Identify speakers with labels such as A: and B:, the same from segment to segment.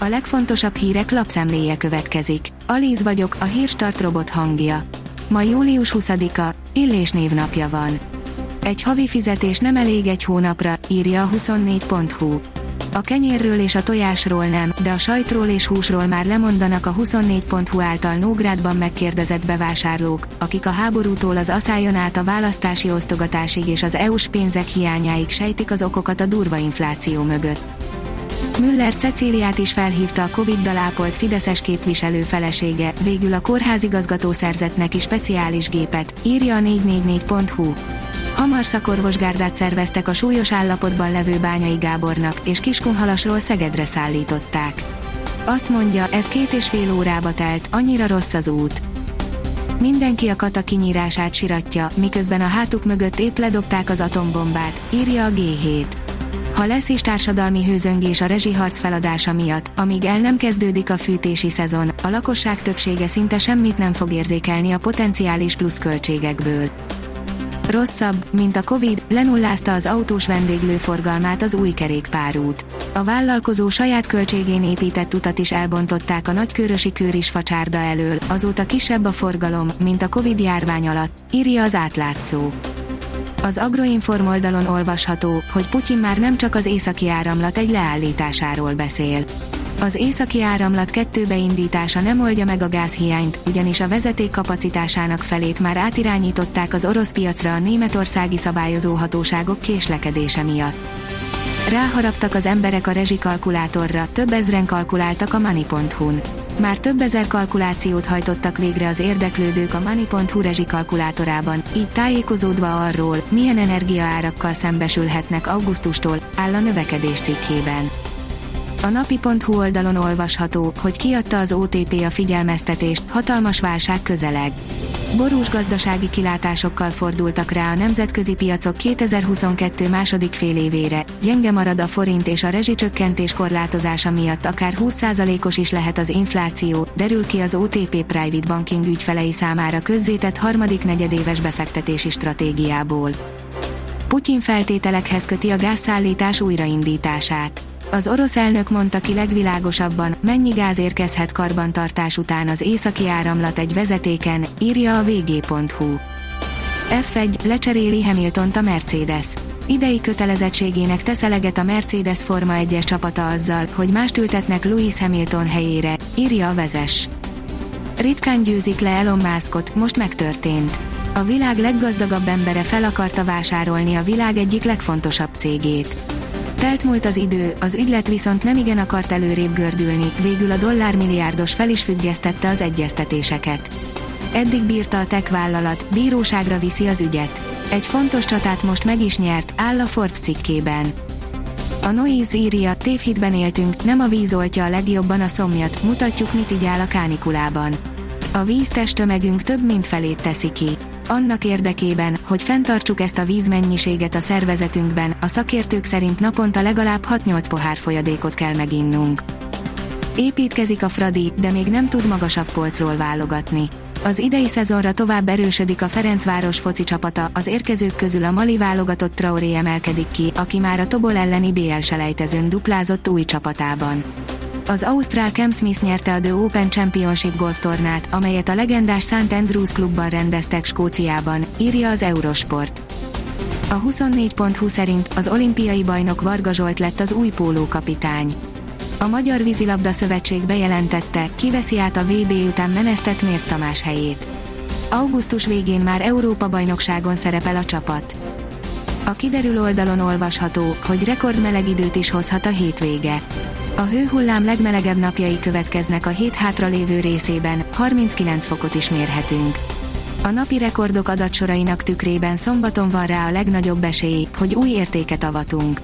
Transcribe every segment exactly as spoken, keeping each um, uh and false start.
A: A legfontosabb hírek lapszemléje következik. Alíz vagyok, a Hírstart robot hangja. Ma július huszadika, Illés névnapja van. Egy havi fizetés nem elég egy hónapra, írja a huszonnégy pont hu. A kenyérről és a tojásról nem, de a sajtról és húsról már lemondanak a huszonnégy pont hu által Nógrádban megkérdezett bevásárlók, akik a háborútól az asszályon át a választási osztogatásig és az é u-s pénzek hiányáig sejtik az okokat a durva infláció mögött. Müller Cecíliát is felhívta a Coviddal ápolt fideszes képviselő felesége, végül a kórházigazgató szerzett neki speciális gépet, írja a négy négy négy pont hu. Hamar szakorvosgárdát szerveztek a súlyos állapotban levő Bányai Gábornak, és Kiskunhalasról Szegedre szállították. Azt mondja, ez két és fél órába telt, annyira rossz az út. Mindenki a kata kinyírását siratja, miközben a hátuk mögött épp ledobták az atombombát, írja a gé hét. Ha lesz is társadalmi hőzöngés a rezsiharc feladása miatt, amíg el nem kezdődik a fűtési szezon, a lakosság többsége szinte semmit nem fog érzékelni a potenciális pluszköltségekből. Rosszabb, mint a Covid, lenullázta az autós vendéglőforgalmát az új kerékpárút. A vállalkozó saját költségén épített utat is elbontották a nagykőrösi Kőrisfacsárda elől, azóta kisebb a forgalom, mint a Covid járvány alatt, írja az Átlátszó. Az Agroinform oldalon olvasható, hogy Putyin már nem csak az északi áramlat egy leállításáról beszél. Az északi áramlat kettő beindítása nem oldja meg a gázhiányt, ugyanis a vezeték kapacitásának felét már átirányították az orosz piacra a németországi szabályozóhatóságok késlekedése miatt. Ráharaptak az emberek a rezsikalkulátorra, több ezren kalkuláltak a money pont hu-n. Már több ezer kalkulációt hajtottak végre az érdeklődők a money pont hu rezsikalkulátorában, így tájékozódva arról, milyen energiaárakkal szembesülhetnek augusztustól, áll a növekedés cikkében. A napi pont hu oldalon olvasható, hogy kiadta az o té pé a figyelmeztetést, hatalmas válság közeleg. Borús gazdasági kilátásokkal fordultak rá a nemzetközi piacok kétezer-huszonkettő második félévére, gyenge marad a forint és a rezsicsökkentés korlátozása miatt akár húsz százalékos is lehet az infláció, derül ki az o té pé Private Banking ügyfelei számára közzétett harmadik negyedéves befektetési stratégiából. Putyin feltételekhez köti a gázszállítás újraindítását. Az orosz elnök mondta ki legvilágosabban, mennyi gáz érkezhet karbantartás után az északi áramlat egy vezetéken, írja a vé gé pont hu. ef egy lecseréli Hamiltont a Mercedes. Idei kötelezettségének tesz eleget a Mercedes Forma egyes csapata azzal, hogy mást ültetnek Lewis Hamilton helyére, írja a Vezess. Ritkán győzik le Elon Muskot, most megtörtént. A világ leggazdagabb embere fel akarta vásárolni a világ egyik legfontosabb cégét. Telt múlt az idő, az ügylet viszont nemigen akart előrébb gördülni, végül a dollármilliárdos fel is függesztette az egyeztetéseket. Eddig bírta a tech vállalat, bíróságra viszi az ügyet. Egy fontos csatát most meg is nyert, áll a Forbes cikkében. A Noise írja, tévhitben éltünk, nem a víz oltja a legjobban a szomjat, mutatjuk mit így áll a kánikulában. A víztesttömegünk több mint felét teszi ki. Annak érdekében, hogy fenntartsuk ezt a vízmennyiséget a szervezetünkben, a szakértők szerint naponta legalább hat-nyolc pohár folyadékot kell meginnunk. Építkezik a Fradi, de még nem tud magasabb polcról válogatni. Az idei szezonra tovább erősödik a Ferencváros foci csapata, az érkezők közül a mali válogatott Traoré emelkedik ki, aki már a Tobol elleni bé el selejtezőn duplázott új csapatában. Az ausztrál Cam Smith nyerte a The Open Championship golftornát, amelyet a legendás Saint Andrews klubban rendeztek Skóciában, írja az Eurosport. A huszonnégy pont hu szerint az olimpiai bajnok Varga Zsolt lett az új pólókapitány. A Magyar Vízilabda Szövetség bejelentette, kiveszi át a vé bé után menesztett Mérc Tamás helyét. Augusztus végén már Európa-bajnokságon szerepel a csapat. A kiderül oldalon olvasható, hogy rekordmeleg időt is hozhat a hétvége. A hőhullám legmelegebb napjai következnek a hét hátralévő részében, harminckilenc fokot is mérhetünk. A napi rekordok adatsorainak tükrében szombaton van rá a legnagyobb esély, hogy új értéket avatunk.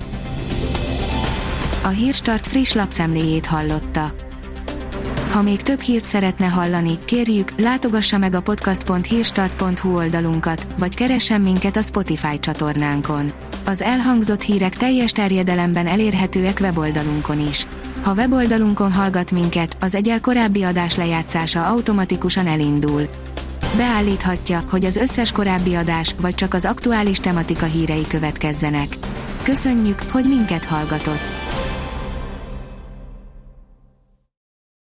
A: A Hírstart friss lapszemléjét hallotta. Ha még több hírt szeretne hallani, kérjük, látogassa meg a podcast pont hírstart pont hu oldalunkat, vagy keressen minket a Spotify csatornánkon. Az elhangzott hírek teljes terjedelemben elérhetőek weboldalunkon is. Ha weboldalunkon hallgat minket, az egyel korábbi adás lejátszása automatikusan elindul. Beállíthatja, hogy az összes korábbi adás, vagy csak az aktuális tematika hírei következzenek. Köszönjük, hogy minket hallgatott!